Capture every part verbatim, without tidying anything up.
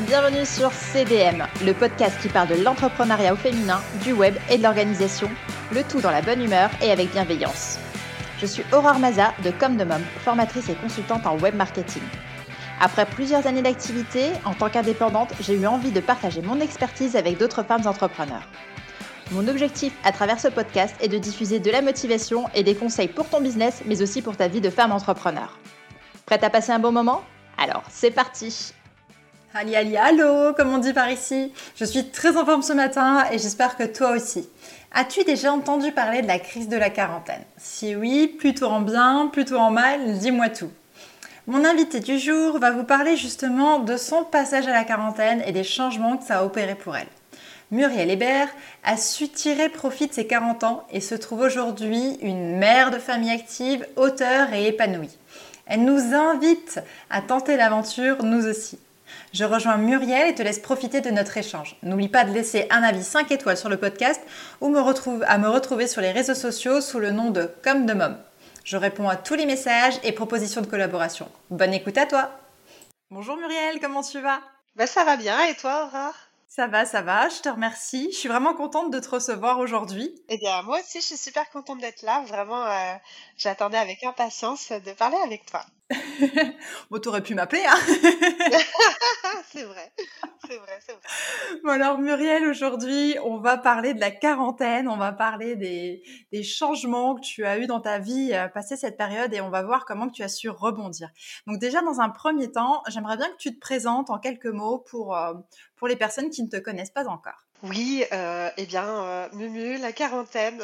Bienvenue sur C D M, le podcast qui parle de l'entrepreneuriat au féminin, du web et de l'organisation, le tout dans la bonne humeur et avec bienveillance. Je suis Aurore Maza de Comme de Mom, formatrice et consultante en web marketing. Après plusieurs années d'activité, en tant qu'indépendante, j'ai eu envie de partager mon expertise avec d'autres femmes entrepreneurs. Mon objectif à travers ce podcast est de diffuser de la motivation et des conseils pour ton business, mais aussi pour ta vie de femme entrepreneur. Prête à passer un bon moment ? Alors, c'est parti ! Ali Ali, allô, comme on dit par ici. Je suis très en forme ce matin et j'espère que toi aussi. As-tu déjà entendu parler de la crise de la quarantaine ? Si oui, plutôt en bien, plutôt en mal, dis-moi tout. Mon invité du jour va vous parler justement de son passage à la quarantaine et des changements que ça a opéré pour elle. Muriel Hébert a su tirer profit de ses quarante ans et se trouve aujourd'hui une mère de famille active, auteure et épanouie. Elle nous invite à tenter l'aventure, nous aussi. Je rejoins Muriel et te laisse profiter de notre échange. N'oublie pas de laisser un avis cinq étoiles sur le podcast ou me retrouve, à me retrouver sur les réseaux sociaux sous le nom de Comme de Mom. Je réponds à tous les messages et propositions de collaboration. Bonne écoute à toi. Bonjour Muriel, comment tu vas ? Ben ça va bien, et toi Aurore ? Ça va, ça va, je te remercie. Je suis vraiment contente de te recevoir aujourd'hui. Eh bien, moi aussi, je suis super contente d'être là. Vraiment, euh, j'attendais avec impatience de parler avec toi. Bon, t'aurais pu m'appeler, hein. C'est vrai, c'est vrai, c'est vrai. Bon alors Muriel, aujourd'hui, on va parler de la quarantaine, on va parler des, des changements que tu as eu dans ta vie euh, passé cette période et on va voir comment que tu as su rebondir. Donc déjà, dans un premier temps, j'aimerais bien que tu te présentes en quelques mots pour, euh, pour les personnes qui ne te connaissent pas encore. Oui, euh, eh bien, euh, Mumu, la quarantaine.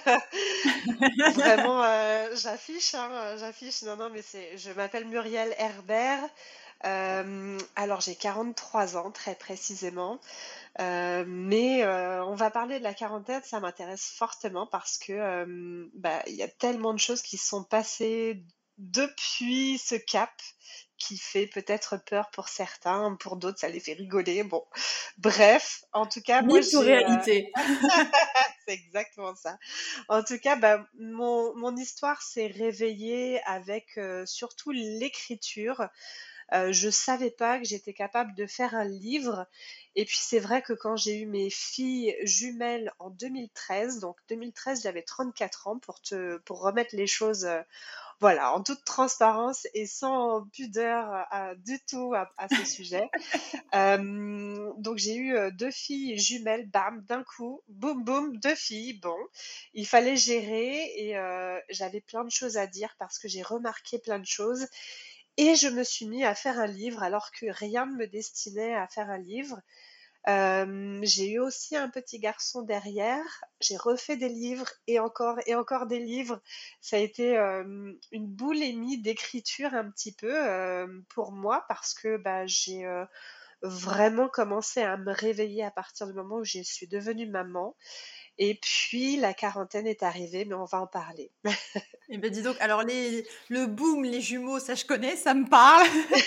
Vraiment, euh, j'affiche, hein, j'affiche. Non, non, mais c'est, je m'appelle Muriel Herbert. Euh, alors, j'ai quarante-trois ans, très précisément. Euh, mais euh, on va parler de la quarantaine, ça m'intéresse fortement parce que euh, bah, il y a tellement de choses qui sont passées depuis ce cap qui fait peut-être peur pour certains, pour d'autres ça les fait rigoler. Bon, bref, en tout cas, moi Mythe ou j'ai, euh, réalité ? c'est exactement ça. En tout cas, bah, mon, mon histoire s'est réveillée avec euh, surtout l'écriture. Euh, je savais pas que j'étais capable de faire un livre. Et puis c'est vrai que quand j'ai eu mes filles jumelles en deux mille treize, donc deux mille treize j'avais trente-quatre ans pour te pour remettre les choses euh, voilà en toute transparence et sans pudeur euh, du tout à, à ce sujet. Euh, donc j'ai eu euh, deux filles jumelles, bam, d'un coup, boum boum, deux filles. Bon, il fallait gérer et euh, j'avais plein de choses à dire parce que j'ai remarqué plein de choses. Et je me suis mis à faire un livre alors que rien ne me destinait à faire un livre. Euh, j'ai eu aussi un petit garçon derrière. J'ai refait des livres et encore et encore des livres. Ça a été euh, une boulimie d'écriture un petit peu euh, pour moi parce que bah, j'ai euh, vraiment commencé à me réveiller à partir du moment où je suis devenue maman. Et puis la quarantaine est arrivée, mais on va en parler. Eh ben dis donc, alors les, le boom, les jumeaux, ça je connais, ça me parle.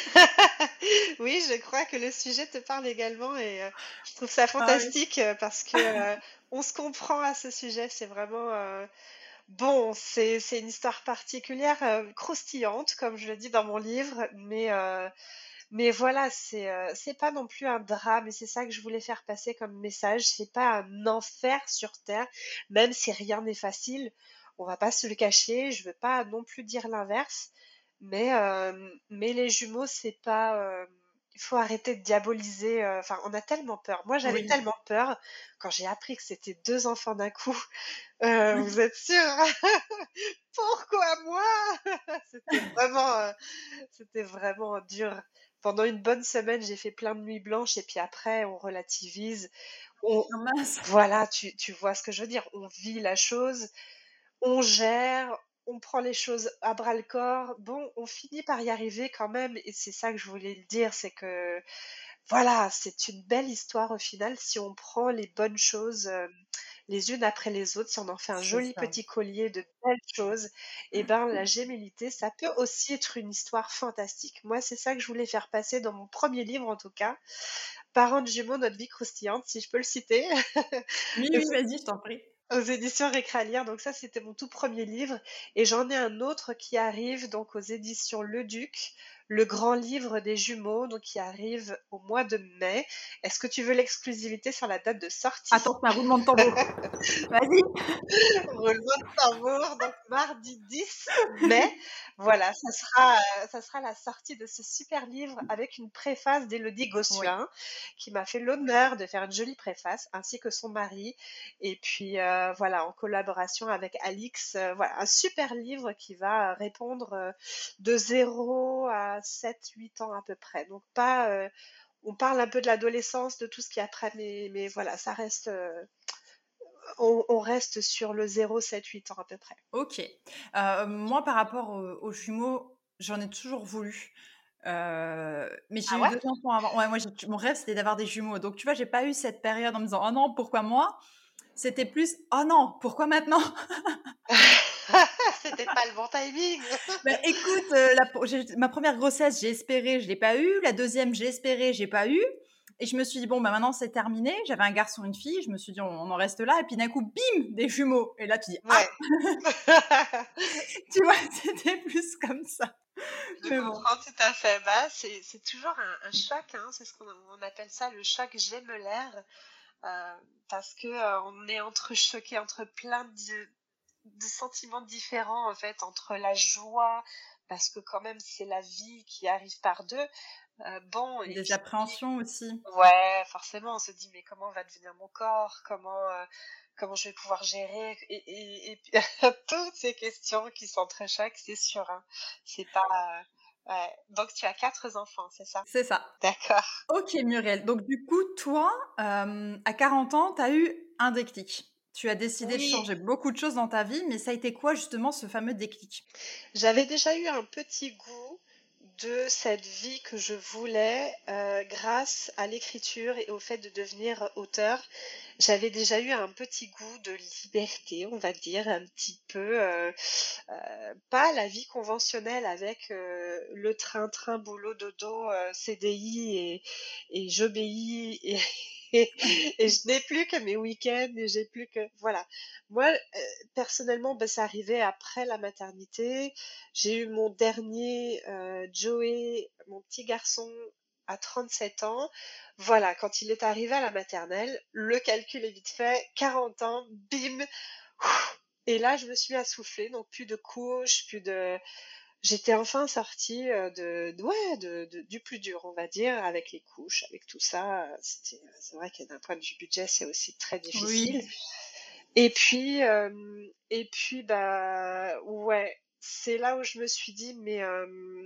Oui, je crois que le sujet te parle également et euh, je trouve ça Ah oui. fantastique euh, parce que euh, on se comprend à ce sujet. C'est vraiment euh, bon, c'est c'est une histoire particulière, euh, croustillante, comme je le dis dans mon livre, mais euh, mais voilà, c'est euh, c'est pas non plus un drame et c'est ça que je voulais faire passer comme message. C'est pas un enfer sur terre, même si rien n'est facile. On va pas se le cacher. Je veux pas non plus dire l'inverse. Mais, euh, mais les jumeaux, c'est pas. euh, il faut arrêter de diaboliser. euh, Enfin, on a tellement peur. Moi, j'avais Oui. tellement peur quand j'ai appris que c'était deux enfants d'un coup. Euh, vous êtes sûrs? Pourquoi moi? C'était vraiment, euh, c'était vraiment dur. Pendant une bonne semaine, j'ai fait plein de nuits blanches et puis après, on relativise. On, Ah mince. voilà, tu, tu vois ce que je veux dire. On vit la chose, on gère, on prend les choses à bras le corps. Bon, on finit par y arriver quand même, et c'est ça que je voulais le dire, c'est que voilà, c'est une belle histoire au final si on prend les bonnes choses euh, les unes après les autres, si on en fait un C'est joli ça. petit collier de belles choses, et ben la gémellité, ça peut aussi être une histoire fantastique. Moi, c'est ça que je voulais faire passer dans mon premier livre en tout cas. Parents de jumeaux, notre vie croustillante, si je peux le citer. Oui, Il oui, faut, vas-y, je t'en prie. aux éditions Récralire. Donc ça, c'était mon tout premier livre. Et j'en ai un autre qui arrive donc aux éditions Le Duc, le grand livre des jumeaux, donc qui arrive au mois de mai. Est-ce que tu veux l'exclusivité sur la date de sortie? Attends, c'est un roulement de tambour. Vas-y. Roulement de tambour, donc mardi dix mai. Voilà, ça sera, euh, ça sera la sortie de ce super livre avec une préface d'Élodie Oui. Gossuin, qui m'a fait l'honneur de faire une jolie préface, ainsi que son mari. Et puis euh, voilà, en collaboration avec Alix, euh, voilà, un super livre qui va répondre euh, de zéro à sept huit ans à peu près. Donc pas, euh, on parle un peu de l'adolescence, de tout ce qui est après, mais, mais voilà, ça reste, euh, on, on reste sur le zéro sept huit ans à peu près. Ok. Euh, moi, par rapport aux, aux jumeaux, j'en ai toujours voulu. Euh, mais j'ai Ah eu ouais? deux enfants avant. Ouais, moi, j'ai- mon rêve, c'était d'avoir des jumeaux. Donc, tu vois, j'ai pas eu cette période en me disant, oh non, pourquoi moi? C'était plus, oh non, pourquoi maintenant? C'était pas le bon timing. Ben, écoute, euh, la- j'ai- ma première grossesse, j'ai espéré, je l'ai pas eu. La deuxième, j'ai espéré, j'ai pas eu. Et je me suis dit, bon, bah maintenant c'est terminé. J'avais un garçon, une fille. Je me suis dit, on, on en reste là. Et puis d'un coup, bim, des jumeaux. Et là, tu dis, ah, Ouais. tu vois, c'était plus comme ça. Je Mais bon. comprends tout à fait. Bah, c'est, c'est toujours un, un choc, hein. C'est ce qu'on on appelle ça le choc gémellaire. Euh, parce que euh, on est entrechoqué entre plein de, de sentiments différents, en fait, entre la joie, parce que quand même c'est la vie qui arrive par deux. Euh, bon, et Des puis appréhensions aussi. ouais, forcément, on se dit, mais comment va devenir mon corps? Comment, euh, comment je vais pouvoir gérer? Et, et, et puis, toutes ces questions qui s'entrechoquent, c'est sûr, hein. C'est pas, euh, ouais. Donc, tu as quatre enfants, c'est ça? C'est ça. D'accord. Ok, Muriel. Donc, du coup, toi, euh, à quarante ans, tu as eu un déclic. Tu as décidé de Oui, changer beaucoup de choses dans ta vie, mais ça a été quoi, justement, ce fameux déclic? j'avais déjà eu un petit goût de cette vie que je voulais euh, grâce à l'écriture et au fait de devenir auteur. J'avais déjà eu un petit goût de liberté, on va dire, un petit peu, euh, euh, pas la vie conventionnelle avec euh, le train-train, boulot, dodo, euh, C D I et, et j'obéis et, et, et je n'ai plus que mes week-ends et j'ai plus que... Voilà. Moi, euh, personnellement, ben, ça arrivait après la maternité. J'ai eu mon dernier euh, Joey, mon petit garçon, à trente-sept ans. Voilà, quand il est arrivé à la maternelle, le calcul est vite fait, quarante ans, bim. Et là, je me suis assoufflée, donc plus de couches, plus de... J'étais enfin sortie euh, de, de- ouais, de, de- du plus dur, on va dire, avec les couches, avec tout ça. C'était, c'est vrai que d'un point de vue budget, c'est aussi très Oui. difficile. Et puis, euh, et puis, bah, ouais, c'est là où je me suis dit, mais, euh,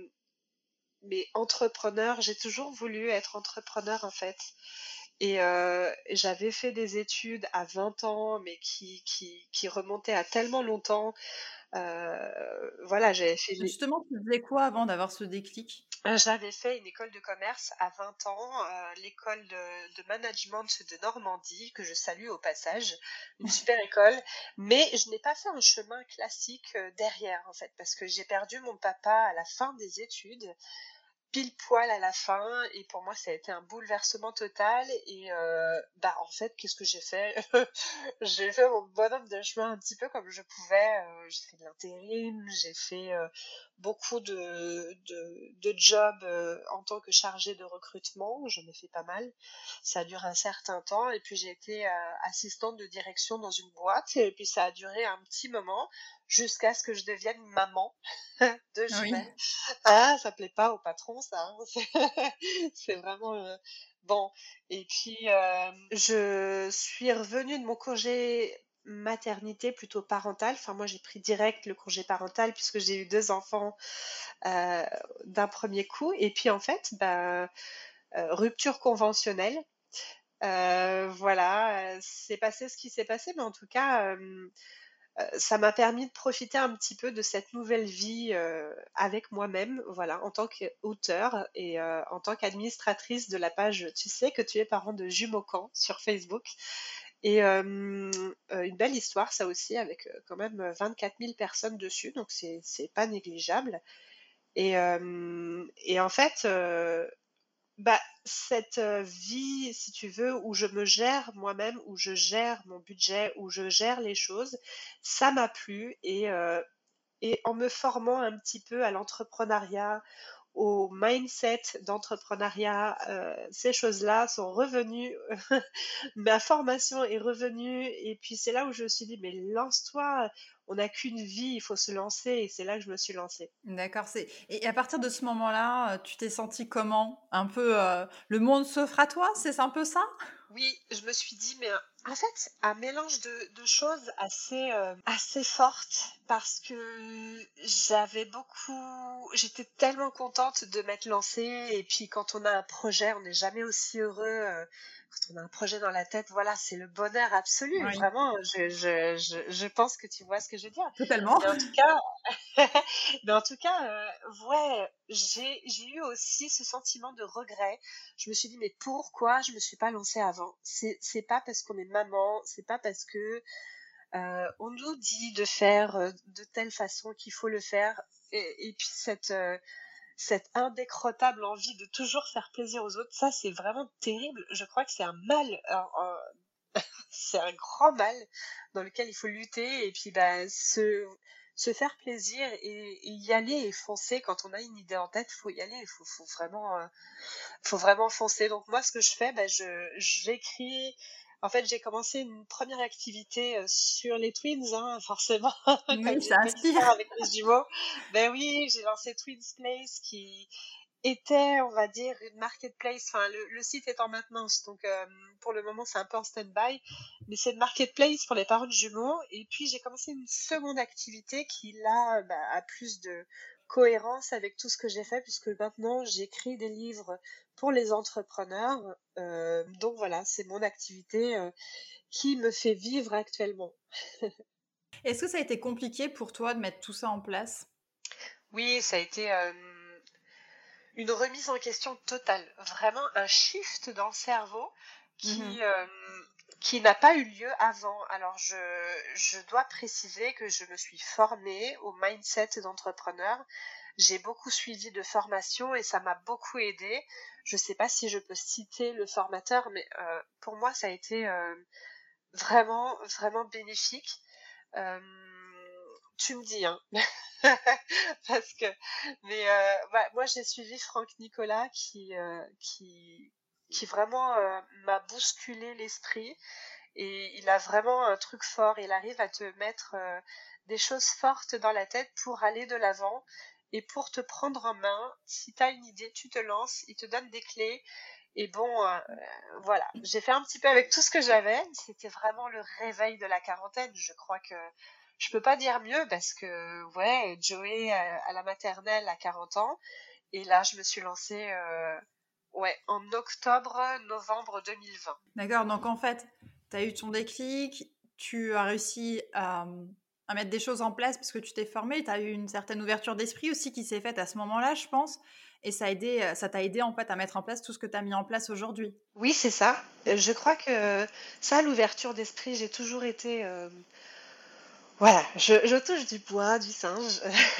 mais entrepreneur, j'ai toujours voulu être entrepreneur en fait. Et euh, j'avais fait des études à vingt ans, mais qui, qui, qui remontaient à tellement longtemps. Euh, voilà, j'avais fait, les- Justement, tu faisais quoi avant d'avoir ce déclic? j'avais fait une école de commerce à vingt ans, euh, l'école de, de management de Normandie, que je salue au passage, une super école. Mais je n'ai pas fait un chemin classique euh, derrière, en fait, parce que j'ai perdu mon papa à la fin des études, pile poil à la fin, et pour moi ça a été un bouleversement total. Et euh, bah en fait, qu'est-ce que j'ai fait? J'ai fait mon bonhomme de chemin un petit peu comme je pouvais. Euh, j'ai fait de l'intérim, j'ai fait euh, beaucoup de, de, de jobs euh, en tant que chargée de recrutement. J'en ai fait pas mal. Ça a duré un certain temps, et puis j'ai été euh, assistante de direction dans une boîte, et puis ça a duré un petit moment jusqu'à ce que je devienne maman de Oui. jumelles. Ah, ça plaît pas au patron, ça, hein. C'est c'est vraiment euh, bon. Et puis, euh, je suis revenue de mon congé maternité plutôt parental. Enfin, moi, j'ai pris direct le congé parental puisque j'ai eu deux enfants euh, d'un premier coup. Et puis, en fait, bah, euh, rupture conventionnelle. Euh, voilà, euh, c'est passé ce qui s'est passé, mais en tout cas, euh, euh, ça m'a permis de profiter un petit peu de cette nouvelle vie euh, avec moi-même, voilà, en tant qu'auteur et euh, en tant qu'administratrice de la page Tu sais que tu es parent de jumeaux camp sur Facebook. Et euh, euh, une belle histoire, ça aussi, avec euh, quand même vingt-quatre mille personnes dessus, donc c'est c'est pas négligeable. Et, euh, et en fait, euh, bah, cette, heu, vie, si tu veux, où je me gère moi-même, où je gère mon budget, où je gère les choses, ça m'a plu et heu et en me formant un petit peu à l'entrepreneuriat, au mindset d'entrepreneuriat, heu, ces choses-là sont revenues. Ma formation est revenue et puis c'est là où je me suis dit: «Mais lance-toi, on n'a qu'une vie, il faut se lancer» et c'est là que je me suis lancée. D'accord, c'est et à partir de ce moment-là, heu, tu t'es sentie comment? Un peu, heu, le monde s'offre à toi, c'est un peu ça? Oui, je me suis dit, mais en fait, un mélange de, de choses assez, euh, assez fortes parce que j'avais beaucoup, j'étais tellement contente de m'être lancée et puis quand on a un projet, on n'est jamais aussi heureux. euh, Quand on a un projet dans la tête, voilà, c'est le bonheur absolu. Oui, Vraiment, je, je, je, je pense que tu vois ce que je veux dire. totalement. Mais en tout cas, mais en tout cas, euh, ouais, j'ai, j'ai eu aussi ce sentiment de regret. Je me suis dit, mais pourquoi je me suis pas lancée avant? C'est, c'est pas parce qu'on est maman, c'est pas parce que euh, on nous dit de faire euh, de telle façon qu'il faut le faire. Et, et puis cette, euh, cette indécrottable envie de toujours faire plaisir aux autres, ça c'est vraiment terrible. Je crois que c'est un mal, un- un- c'est un grand mal dans lequel il faut lutter et puis bah, se, se faire plaisir et, et y aller et foncer quand on a une idée en tête, faut y aller, il faut, faut vraiment euh, faut vraiment foncer. Donc moi, ce que je fais, ben, je j'écris. En fait, j'ai commencé une première activité euh, sur les twins, hein, forcément, Oui, comme j'ai ça une belle inspire. histoire avec les jumeaux. Ben oui, j'ai lancé Twins Place, qui était, on va dire, une marketplace. Enfin, le, le site est en maintenance, donc euh, pour le moment, c'est un peu en stand-by. Mais c'est une marketplace pour les parents de jumeaux. Et puis, j'ai commencé une seconde activité qui, là, bah, a plus de cohérence avec tout ce que j'ai fait, puisque maintenant, j'écris des livres pour les entrepreneurs. Euh, donc voilà, c'est mon activité euh, qui me fait vivre actuellement. Est-ce que ça a été compliqué pour toi de mettre tout ça en place? Oui, ça a été euh, une remise en question totale, vraiment un shift dans le cerveau Mmh. qui, euh, qui n'a pas eu lieu avant. Alors je, je dois préciser que je me suis formée au mindset d'entrepreneur. J'ai beaucoup suivi de formations et ça m'a beaucoup aidé. Je ne sais pas si je peux citer le formateur, mais euh, pour moi ça a été euh, vraiment, vraiment bénéfique. Euh, Tu me dis, hein. Parce que, mais euh, bah, moi j'ai suivi Franck Nicolas qui, euh, qui, qui vraiment euh, m'a bousculé l'esprit et il a vraiment un truc fort. Il arrive à te mettre euh, des choses fortes dans la tête pour aller de l'avant et pour te prendre en main. Si tu as une idée, tu te lances, il te donne des clés. Et bon, euh, voilà, j'ai fait un petit peu avec tout ce que j'avais. C'était vraiment le réveil de la quarantaine. Je crois que je peux pas dire mieux parce que, ouais, Joey à, à la maternelle à quarante ans. Et là, je me suis lancée, euh, ouais, en octobre, novembre deux mille vingt. D'accord, donc en fait, tu as eu ton déclic, tu as réussi à, mmh, à mettre des choses en place parce que tu t'es formée, tu as eu une certaine ouverture d'esprit aussi qui s'est faite à ce moment-là, je pense, et ça a aidé, heu, ça t'a aidé en fait à mettre en place tout ce que tu as mis en place aujourd'hui. Oui, c'est ça. Euh, Je crois que ça, l'ouverture d'esprit, j'ai toujours été, euh, voilà, je, je touche du bois, du singe,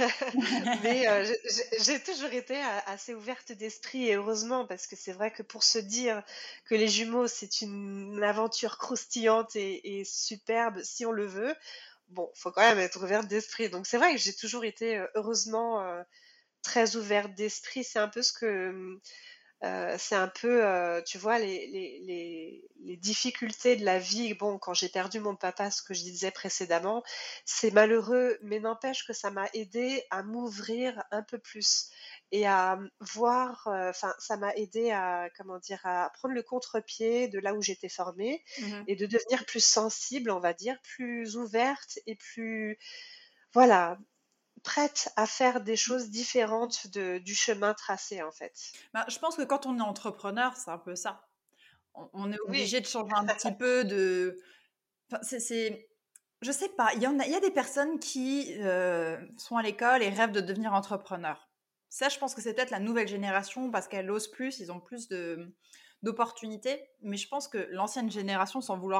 mais euh, j'ai j'ai- j'ai toujours été a- assez ouverte d'esprit et heureusement parce que c'est vrai que pour se dire que les jumeaux c'est une aventure croustillante et, et superbe si on le veut, bon, faut quand même être ouverte d'esprit. Donc c'est vrai que j'ai toujours été euh, heureusement euh, très ouverte d'esprit. C'est un peu ce que Heu, c'est un peu, heu, tu vois, les les les les difficultés de la vie. Bon, quand j'ai perdu mon papa, ce que je disais précédemment, c'est malheureux, mais n'empêche que ça m'a aidé à m'ouvrir un peu plus et à, mmh, voir, heu, enfin, ça m'a aidé à, comment dire? À prendre le contre-pied de là où j'étais formée Mmh. et de devenir plus sensible, on va dire, plus ouverte et plus, voilà, prête à faire des choses différentes de du chemin tracé, en fait. Bah, je pense que quand on est entrepreneur, c'est un peu ça. On on est Oui. obligé de changer un petit peu de enfin, c'est c'est je sais pas, il y en a il y a des personnes qui, heu, sont à l'école et rêvent de devenir entrepreneurs. Ça, je pense que c'est peut-être la nouvelle génération parce qu'elle osent plus, ils ont plus de d'opportunités. Mais je pense que l'ancienne génération, sans vouloir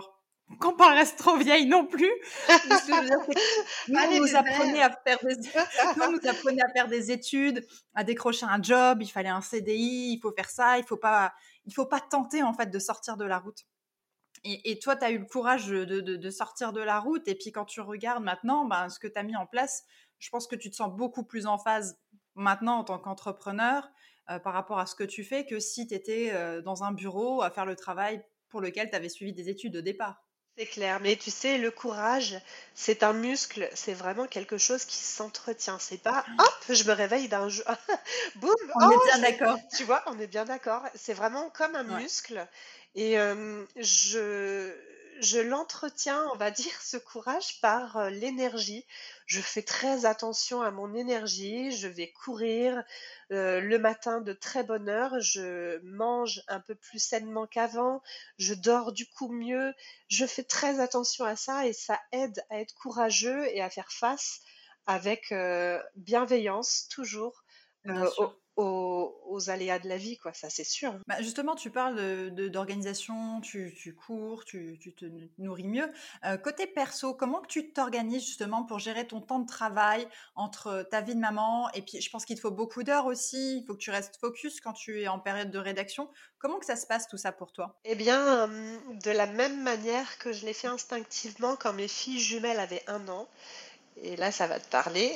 qu'on pas reste trop vieille non plus. Mais ce que je veux dire, c'est que nous, on Allez, nous bébé! apprenait à faire des nous, on nous apprenait à faire des études, à décrocher un job, il fallait un C D I, il faut faire ça, il faut pas il faut pas tenter, en fait, de sortir de la route. Et, et toi, tu as eu le courage de, de, de sortir de la route. Et puis, quand tu regardes maintenant ben, ce que tu as mis en place, je pense que tu te sens beaucoup plus en phase maintenant en tant qu'entrepreneur euh, par rapport à ce que tu fais que si tu étais euh, dans un bureau à faire le travail pour lequel tu avais suivi des études au départ. C'est clair, mais tu sais, le courage, c'est un muscle, c'est vraiment quelque chose qui s'entretient. C'est pas, hop, je me réveille d'un jour, boum, On est oh, bien je vais... d'accord. Tu vois, on est bien d'accord. C'est vraiment comme un Ouais. muscle. Et euh, je, je l'entretiens, on va dire, ce courage par euh, l'énergie. Je fais très attention à mon énergie. Je vais courir euh, le matin de très bonne heure. Je mange un peu plus sainement qu'avant. Je dors du coup mieux. Je fais très attention à ça et ça aide à être courageux et à faire face avec euh, bienveillance toujours Bien euh, sûr. aux, aux- aux aléas de la vie, quoi. Ça, c'est sûr, hein. Bah, justement, tu parles de, de- d'organisation, tu, tu cours, tu, tu te nourris mieux. Euh, côté perso, comment que tu t'organises justement pour gérer ton temps de travail entre ta vie de maman et puis je pense qu'il te faut beaucoup d'heures aussi, il faut que tu restes focus quand tu es en période de rédaction. Comment que ça se passe tout ça pour toi? Eh bien, euh, de la même manière que je l'ai fait instinctivement quand mes filles jumelles avaient un an, et là, ça va te parler.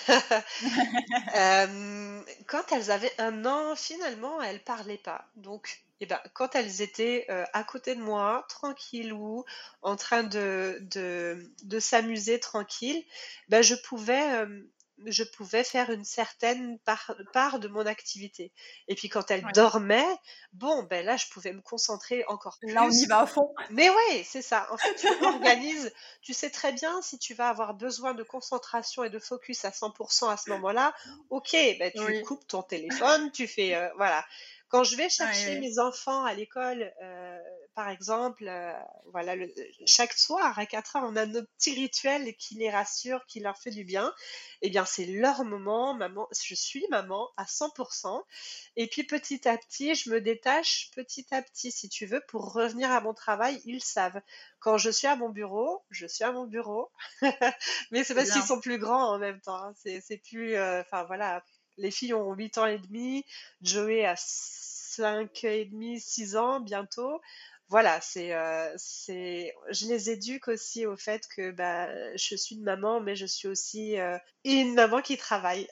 Euh, quand elles avaient un an, finalement, elles parlaient pas. Donc, eh ben, quand elles étaient euh, à côté de moi, tranquillou, en train de, de, de s'amuser tranquille, ben, je pouvais, euh, je pouvais faire une certaine part, part de mon activité. Et puis quand elles Ouais. dormaient, bon, ben là, je pouvais me concentrer encore Là, on y plus. va à fond. Mais ouais, c'est ça. En fait, tu organises, tu sais très bien si tu vas avoir besoin de concentration et de focus à cent pour cent à ce moment-là. Ok, ben tu Oui. coupes ton téléphone, tu fais, euh, voilà. Quand je vais Ouais, chercher ouais. mes enfants à l'école, euh, par exemple, euh, voilà, le- chaque soir à quatre heures, on a nos petits rituels qui les rassurent, qui leur fait du bien. Eh bien, c'est leur moment, maman. Je suis maman à cent pour cent. Et puis petit à petit, je me détache petit à petit, si tu veux, pour revenir à mon travail. Ils savent. Quand je suis à mon bureau, je suis à mon bureau. Mais c'est C'est parce qu'ils bien. sont plus grands en même temps, hein. C'est, c'est plus. euh, Enfin voilà, les filles ont huit ans et demi, Joey a cinq et demi, six ans bientôt. Voilà, c'est, euh, c'est, je les éduque aussi au fait que bah, je suis une maman, mais je suis aussi euh, une maman qui travaille.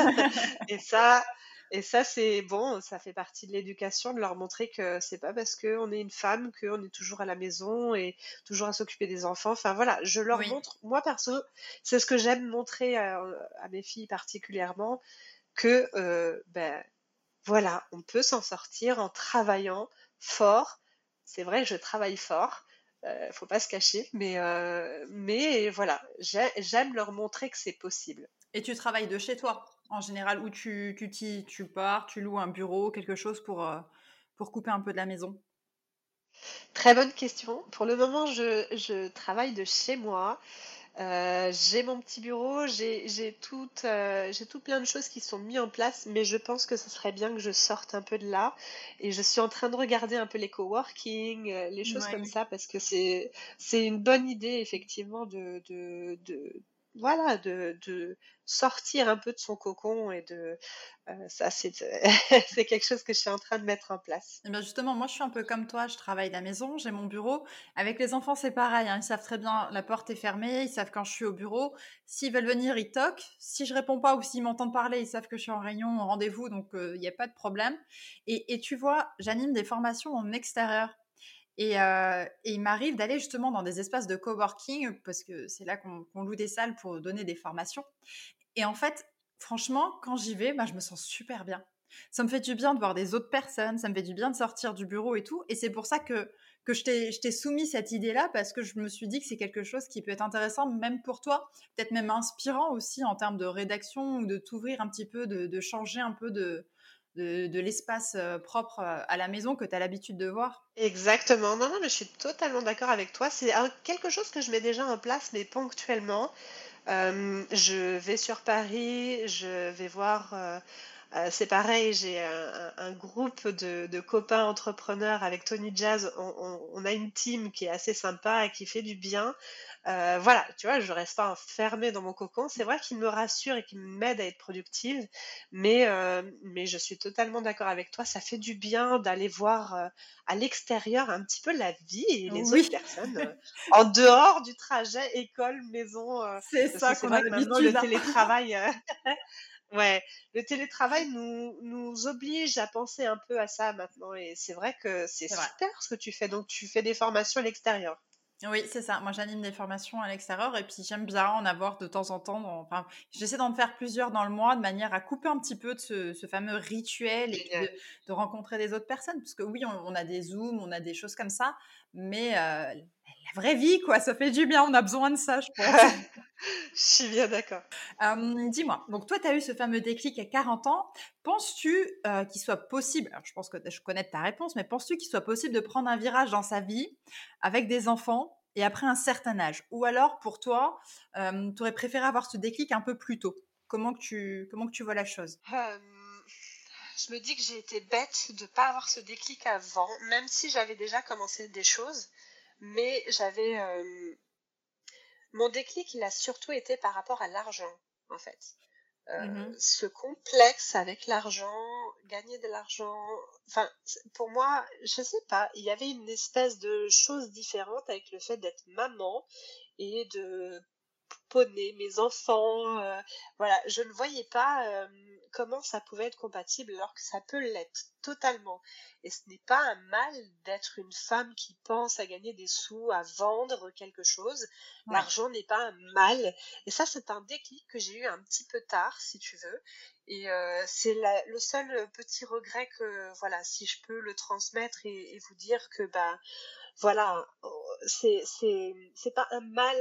Et ça, et ça, c'est bon, ça fait partie de l'éducation, de leur montrer que c'est pas parce qu'on est une femme qu'on est toujours à la maison et toujours à s'occuper des enfants. Enfin voilà, je leur Oui. montre, moi perso, c'est ce que j'aime montrer à, à mes filles particulièrement, que euh, ben voilà, on peut s'en sortir en travaillant fort. C'est vrai que je travaille fort, euh, faut pas se cacher, mais, euh, mais voilà, j'ai- j'aime leur montrer que c'est possible. Et tu travailles de chez toi, en général, où tu, tu, t'y- tu pars, tu loues un bureau, quelque chose pour, euh, pour couper un peu de la maison. Très bonne question. Pour le moment, je, je travaille de chez moi. Euh, j'ai mon petit bureau, j'ai j'ai tout, euh, j'ai tout plein de choses qui sont mises en place, mais je pense que ce serait bien que je sorte un peu de là. Et je suis en train de regarder un peu les coworking, euh, les choses comme Oui. ça, parce que c'est c'est une bonne idée effectivement de de, de voilà de, de sortir un peu de son cocon et de euh, ça c'est c'est quelque chose que je suis en train de mettre en place. Eh bien justement, moi je suis un peu comme toi, je travaille de la maison, j'ai mon bureau. Avec les enfants, c'est pareil, hein, ils savent très bien, la porte est fermée, ils savent quand je suis au bureau. S'ils veulent venir, ils toquent. Si je réponds pas ou s'ils m'entendent parler, ils savent que je suis en réunion, en rendez-vous, donc il n'y a pas de problème. Et, et tu vois, j'anime des formations en extérieur. Et, euh, et il m'arrive d'aller justement dans des espaces de coworking, parce que c'est là qu'on qu'on loue des salles pour donner des formations. Et en fait, franchement, quand j'y vais, bah, je me sens super bien. Ça me fait du bien de voir des autres personnes, ça me fait du bien de sortir du bureau et tout. Et c'est pour ça que, que je t'ai je t'ai soumis cette idée-là, parce que je me suis dit que c'est quelque chose qui peut être intéressant, même pour toi, peut-être même inspirant aussi en termes de rédaction ou de t'ouvrir un petit peu, de, de changer un peu de, de, de l'espace euh, propre euh, à la maison que tu as l'habitude de voir. Exactement. Non, non, mais je suis totalement d'accord avec toi. C'est un- quelque chose que je mets déjà en place, mais ponctuellement. Euh, je vais sur Paris, je vais voir euh, Euh, c'est pareil, j'ai un, un- un groupe de, de copains entrepreneurs avec Tony Jazz. On, on- on a une team qui est assez sympa et qui fait du bien. Euh, voilà, tu vois, je reste pas enfermée dans mon cocon. C'est vrai qu'il me rassure et qu'il m'aide à être productive, mais, euh, mais je suis totalement d'accord avec toi. Ça fait du bien d'aller voir euh, à l'extérieur un petit peu la vie et les autres Oui, personnes euh, en dehors du trajet école, maison. Euh, c'est parce que ça c'est qu'on a vrai que maintenant, le l'habitude, hein. télétravail, euh, ouais, le télétravail nous, nous oblige à penser un peu à ça maintenant. Et c'est vrai que c'est C'est vrai. super ce que tu fais. Donc, tu fais des formations à l'extérieur. Oui, c'est ça. Moi, j'anime des formations à l'extérieur et puis j'aime bien en avoir de temps en temps. dans- Enfin, j'essaie d'en faire plusieurs dans le mois de manière à couper un petit peu de ce, ce fameux rituel et puis de, Génial. de rencontrer des autres personnes. Parce que oui, on, on a des Zooms, on a des choses comme ça, mais euh, la vraie vie, quoi, ça fait du bien. On a besoin de ça, je pense. Je suis bien d'accord. Euh, dis-moi, donc toi, tu as eu ce fameux déclic à quarante ans. Penses-tu euh, qu'il soit possible, alors je pense que je connais ta réponse, mais penses-tu qu'il soit possible de prendre un virage dans sa vie avec des enfants et après un certain âge? Ou alors, pour toi, euh, tu aurais préféré avoir ce déclic un peu plus tôt? Comment que tu, comment que tu vois la chose? Euh, je me dis que j'ai été bête de ne pas avoir ce déclic avant, même si j'avais déjà commencé des choses. Mais j'avais... euh, Mon déclic, il a surtout été par rapport à l'argent, en fait. Euh, Mhm. ce complexe avec l'argent, gagner de l'argent, enfin, pour moi, je sais pas, il y avait une espèce de chose différente avec le fait d'être maman et de poney mes enfants. Euh, voilà, je ne voyais pas euh, comment ça pouvait être compatible alors que ça peut l'être totalement. Et ce n'est pas un mal d'être une femme qui pense à gagner des sous, à vendre quelque chose. Oui. L'argent n'est pas un mal. Et ça, c'est un déclic que j'ai eu un petit peu tard, si tu veux. Et euh, c'est la- le seul petit regret que, voilà, si je peux le transmettre et, et vous dire que, bah, voilà, c'est c'est c'est pas un mal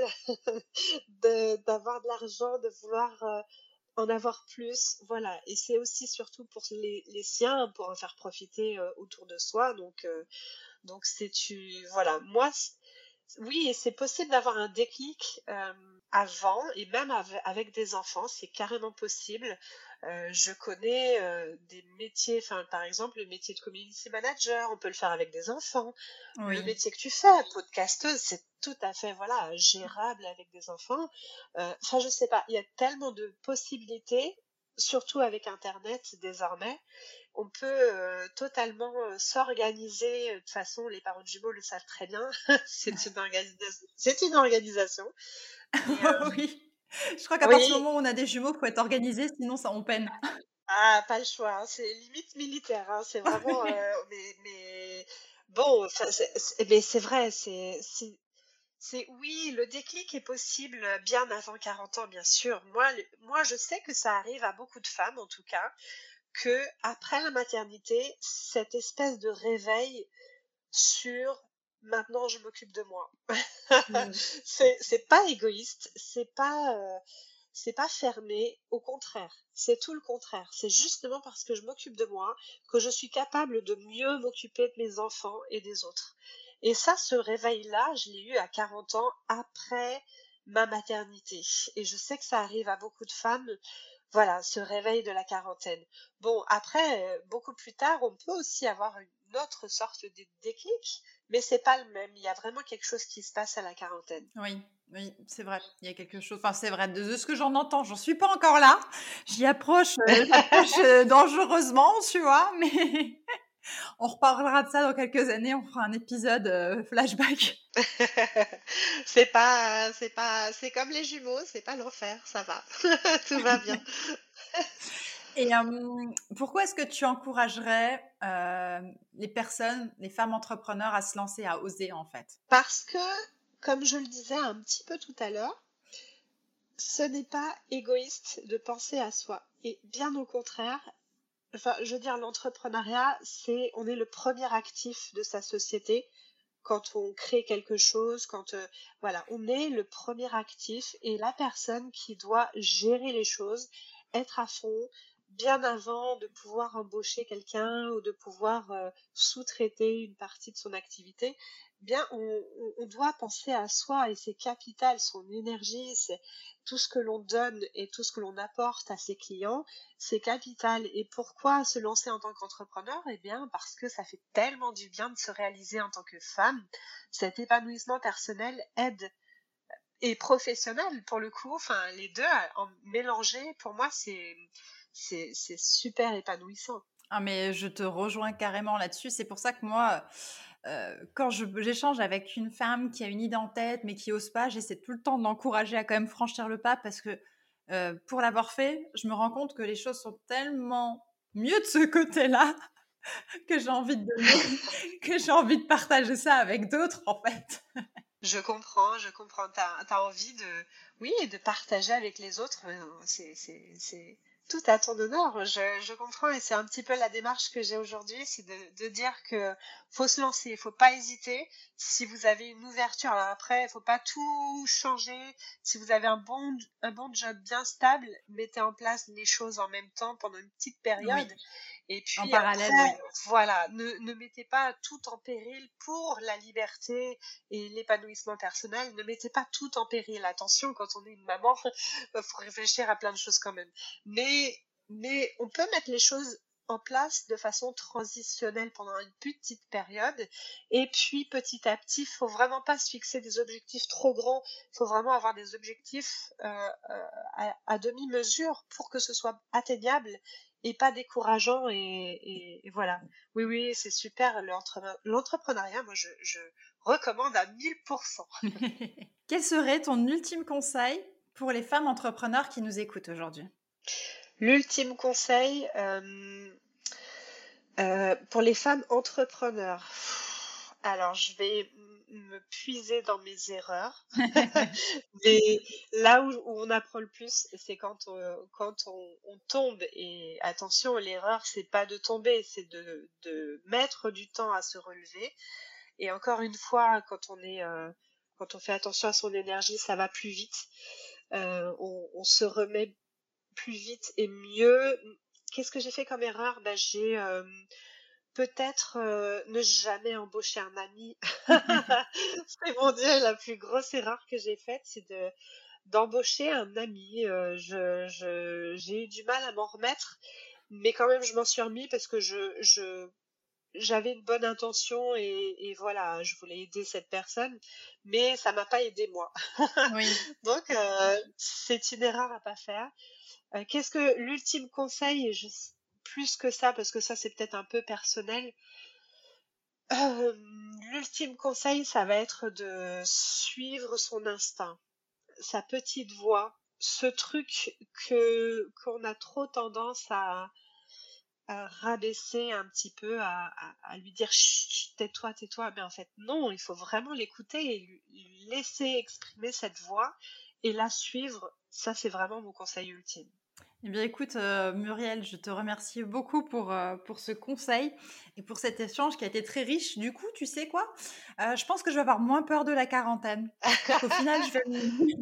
de d'avoir de l'argent, de vouloir euh, en avoir plus, voilà. Et c'est aussi surtout pour les, les siens, pour en faire profiter euh, autour de soi. Donc euh, donc c'est tu voilà, moi c- oui, et c'est possible d'avoir un déclic euh, avant et même ave- avec des enfants, c'est carrément possible. Euh, je connais euh, des métiers, enfin par exemple le métier de community manager, on peut le faire avec des enfants. Le Oui. métier que tu fais, podcasteuse, c'est tout à fait voilà gérable avec des enfants. Euh, Enfin, je sais pas, il y a tellement de possibilités, surtout avec Internet désormais. On peut euh, totalement euh, s'organiser. De toute façon, les parents de jumeaux le savent très bien. c'est une organisation. C'est une organisation. Et euh, Oui. Je crois qu'à partir du oui, moment où on a des jumeaux, il faut être organisé, sinon ça on peine. ah, pas le choix. Hein, c'est limite militaire. Hein, c'est vraiment. euh, mais, mais bon, enfin, c'est c'est- mais c'est vrai. C'est c'est C'est oui, le déclic est possible bien avant quarante ans, bien sûr. Moi, le- moi, je sais que ça arrive à beaucoup de femmes, en tout cas, que après la maternité, cette espèce de réveil sur maintenant je m'occupe de moi. Mm. c'est c'est pas égoïste, c'est pas euh, c'est pas fermé, au contraire, c'est tout le contraire. C'est justement parce que je m'occupe de moi que je suis capable de mieux m'occuper de mes enfants et des autres. Et ça, ce réveil-là, je l'ai eu à quarante ans après ma maternité. Et je sais que ça arrive à beaucoup de femmes, voilà, ce réveil de la quarantaine. Bon, après, euh, beaucoup plus tard, on peut aussi avoir une autre sorte de déclic, mais c'est pas le même. Il y a vraiment quelque chose qui se passe à la quarantaine. Oui, oui, c'est vrai. Il y a quelque chose. Enfin, c'est vrai. De, de ce que j'en entends, j'en suis pas encore là. J'y approche, euh, j'approche euh, dangereusement, tu vois. Mais on reparlera de ça dans quelques années. On fera un épisode euh, flashback. c'est pas, c'est pas, c'est comme les jumeaux, c'est pas l'enfer, ça va, tout va bien. Et euh, pourquoi est-ce que tu encouragerais euh, les personnes, les femmes entrepreneurs à se lancer, à oser en fait? Parce que, comme je le disais un petit peu tout à l'heure, ce n'est pas égoïste de penser à soi. Et bien au contraire, enfin, je veux dire, l'entrepreneuriat, c'est, on est le premier actif de sa société quand on crée quelque chose, quand, euh, voilà, on est le premier actif et la personne qui doit gérer les choses, être à fond, bien avant de pouvoir embaucher quelqu'un ou de pouvoir euh, sous-traiter une partie de son activité. bien, on, on, on doit penser à soi et c'est capital, son énergie, c'est tout ce que l'on donne et tout ce que l'on apporte à ses clients, c'est capital. Et pourquoi se lancer en tant qu'entrepreneur? Eh bien, parce que ça fait tellement du bien de se réaliser en tant que femme. Cet épanouissement personnel aide et professionnel pour le coup, enfin les deux en mélanger, pour moi c'est c'est c'est super épanouissant. Ah mais je te rejoins carrément là-dessus. C'est pour ça que moi, euh, quand je, j'échange avec une femme qui a une idée en tête mais qui ose pas, j'essaie tout le temps de l'encourager à quand même franchir le pas parce que euh, pour l'avoir fait, je me rends compte que les choses sont tellement mieux de ce côté-là que j'ai envie de donner, que j'ai envie de partager ça avec d'autres en fait. Je comprends, je comprends. T'as, t'as envie de, oui, de partager avec les autres. C'est, c'est, c'est tout à ton honneur. Je, je comprends et c'est un petit peu la démarche que j'ai aujourd'hui, c'est de, de dire que faut se lancer, il faut pas hésiter. Si vous avez une ouverture, alors après, il faut pas tout changer. Si vous avez un bon, un bon job bien stable, mettez en place les choses en même temps pendant une petite période. Oui. Et puis en parallèle, après, oui. voilà, ne, ne mettez pas tout en péril pour la liberté et l'épanouissement personnel. Ne mettez pas tout en péril. Attention, quand on est une maman, il faut réfléchir à plein de choses quand même. Mais, mais on peut mettre les choses en place de façon transitionnelle pendant une petite période. Et puis, petit à petit, il faut vraiment pas se fixer des objectifs trop grands. Il faut vraiment avoir des objectifs euh, euh, à, à demi-mesure pour que ce soit atteignable et pas décourageant. Et, et, et voilà. Oui, oui, c'est super. L'entre- l'entrepreneuriat, moi, je, je recommande à mille pour cent. Quel serait ton ultime conseil pour les femmes entrepreneurs qui nous écoutent aujourd'hui? L'ultime conseil euh, euh, pour les femmes entrepreneurs. Alors, je vais me puiser dans mes erreurs. Mais là où, où on apprend le plus, c'est quand on, quand on, on tombe. Et attention, l'erreur, c'est pas de tomber, c'est de, de mettre du temps à se relever. Et encore une fois, quand on est, euh, quand on fait attention à son énergie, ça va plus vite. Euh, on, on se remet plus vite et mieux. Qu'est-ce que j'ai fait comme erreur? Ben, j'ai euh, peut-être euh, ne jamais embaucher un ami. C'est mon Dieu, la plus grosse erreur que j'ai faite, c'est de d'embaucher un ami. Euh, je, je, j'ai eu du mal à m'en remettre, mais quand même je m'en suis remis parce que je, je j'avais une bonne intention et, et voilà, je voulais aider cette personne, mais ça m'a pas aidé moi. Oui. Donc euh, c'est une erreur à pas faire. Euh, qu'est-ce que l'ultime conseil, et je, plus que ça, parce que ça c'est peut-être un peu personnel, euh, l'ultime conseil, ça va être de suivre son instinct, sa petite voix, ce truc que qu'on a trop tendance à, à rabaisser un petit peu, à, à, à lui dire chut, tais-toi, tais-toi, mais en fait non, il faut vraiment l'écouter et lui, lui laisser exprimer cette voix et la suivre. Ça c'est vraiment mon conseil ultime. Eh bien, écoute, euh, Muriel, je te remercie beaucoup pour, euh, pour ce conseil et pour cet échange qui a été très riche. Du coup, tu sais quoi? Euh, je pense que je vais avoir moins peur de la quarantaine. Au final, je vais, me...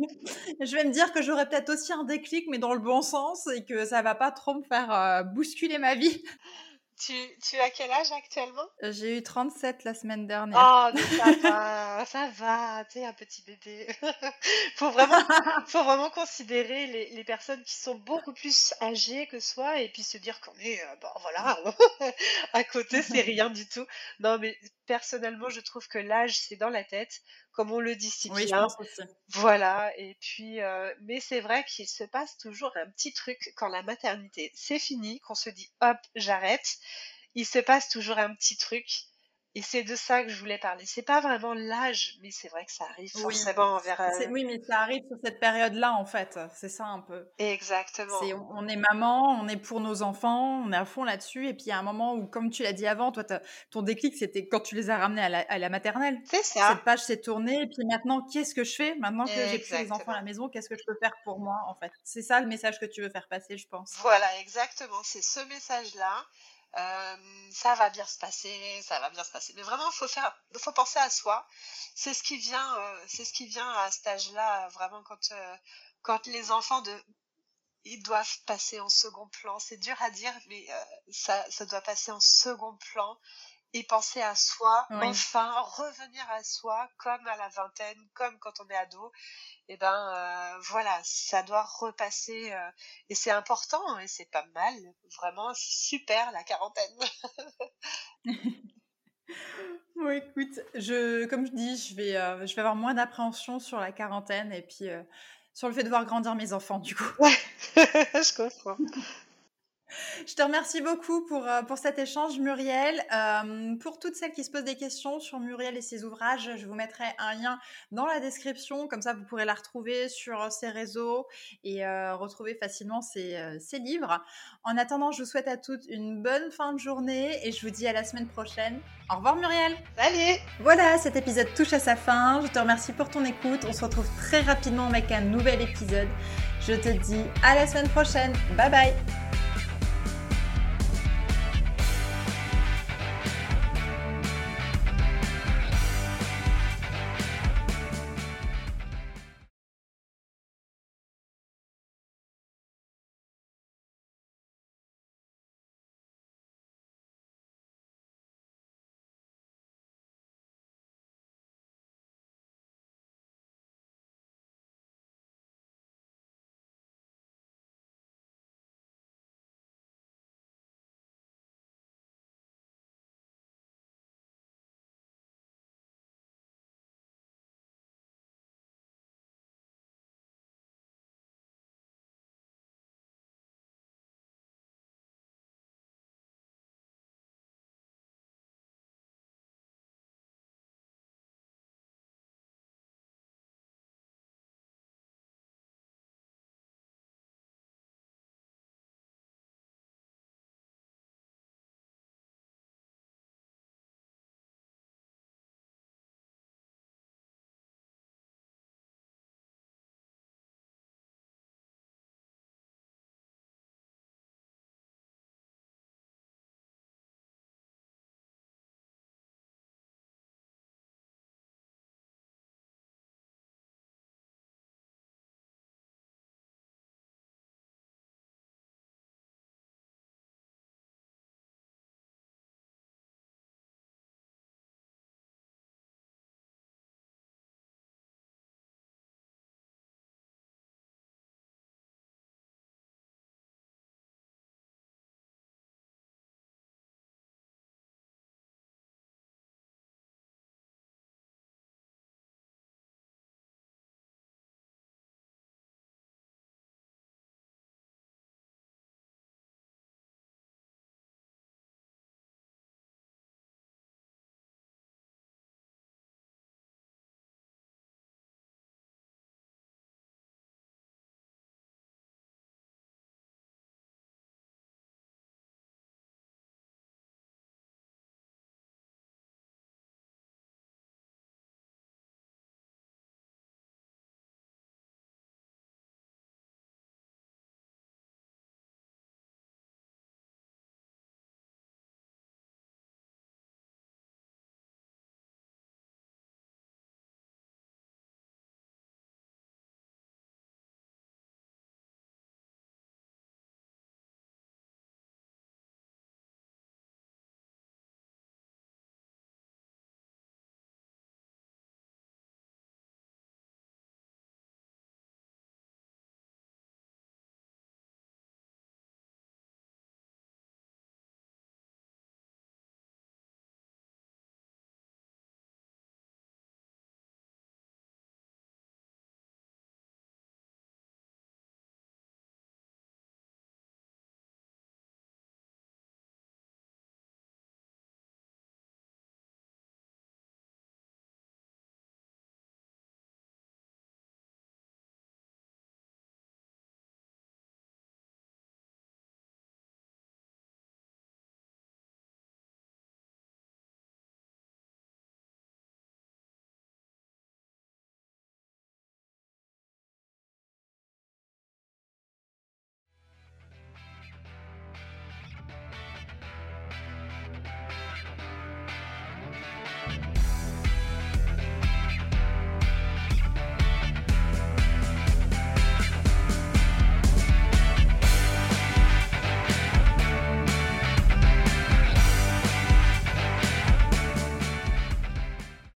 je vais me dire que j'aurai peut-être aussi un déclic, mais dans le bon sens, et que ça va pas trop me faire euh, bousculer ma vie. Tu, tu as quel âge actuellement? J'ai eu trente-sept la semaine dernière. Oh, mais ça va, ça va, tu es un petit bébé. Faut vraiment, faut vraiment considérer les, les personnes qui sont beaucoup plus âgées que soi et puis se dire qu'on est, euh, bon voilà, à côté, c'est rien du tout. Non, mais personnellement, je trouve que l'âge, c'est dans la tête, comme on le dit si Oui, je bien. pense aussi. Voilà, et puis, euh, mais c'est vrai qu'il se passe toujours un petit truc quand la maternité, c'est fini, qu'on se dit, hop, j'arrête. Il se passe toujours un petit truc. Et c'est de ça que je voulais parler. C'est pas vraiment l'âge, mais c'est vrai que ça arrive Oui. forcément vers. C'est- euh, oui, mais ça arrive sur cette période-là, en fait. C'est ça un peu. Exactement. C'est, on on est maman, on est pour nos enfants, on est à fond là-dessus. Et puis il y a un moment où, comme tu l'as dit avant, toi, t'as- ton déclic, c'était quand tu les as ramenés à la, à la maternelle. C'est ça. Cette page s'est tournée. Et puis maintenant, qu'est-ce que je fais? Maintenant que j'ai plus les enfants à Exactement. la maison, qu'est-ce que je peux faire pour moi, en fait? C'est ça le message que tu veux faire passer, je pense. Voilà, exactement. C'est ce message-là. Euh, ça va bien se passer, ça va bien se passer. Mais vraiment, faut faire, faut penser à soi. C'est ce qui vient, euh, c'est ce qui vient à cet âge-là, vraiment quand, euh, quand les enfants de, ils doivent passer en second plan. C'est dur à dire, mais euh, ça, ça doit passer en second plan. et penser à soi, Oui. enfin revenir à soi comme à la vingtaine, comme quand on est ado. Et ben euh, voilà, ça doit repasser euh, et c'est important et c'est pas mal, vraiment c'est super la quarantaine. Bon, écoute, je, comme je dis, je vais, euh, je vais avoir moins d'appréhension sur la quarantaine et puis euh, sur le fait de voir grandir mes enfants, du coup. Ouais, je comprends. Je te remercie beaucoup pour, euh, pour cet échange, Muriel. Euh, pour toutes celles qui se posent des questions sur Muriel et ses ouvrages, je vous mettrai un lien dans la description. Comme ça, vous pourrez la retrouver sur ses réseaux et euh, retrouver facilement ses, euh, ses livres. En attendant, je vous souhaite à toutes une bonne fin de journée et je vous dis à la semaine prochaine. Au revoir, Muriel. Salut! Voilà, cet épisode touche à sa fin. Je te remercie pour ton écoute. On se retrouve très rapidement avec un nouvel épisode. Je te dis à la semaine prochaine. Bye bye!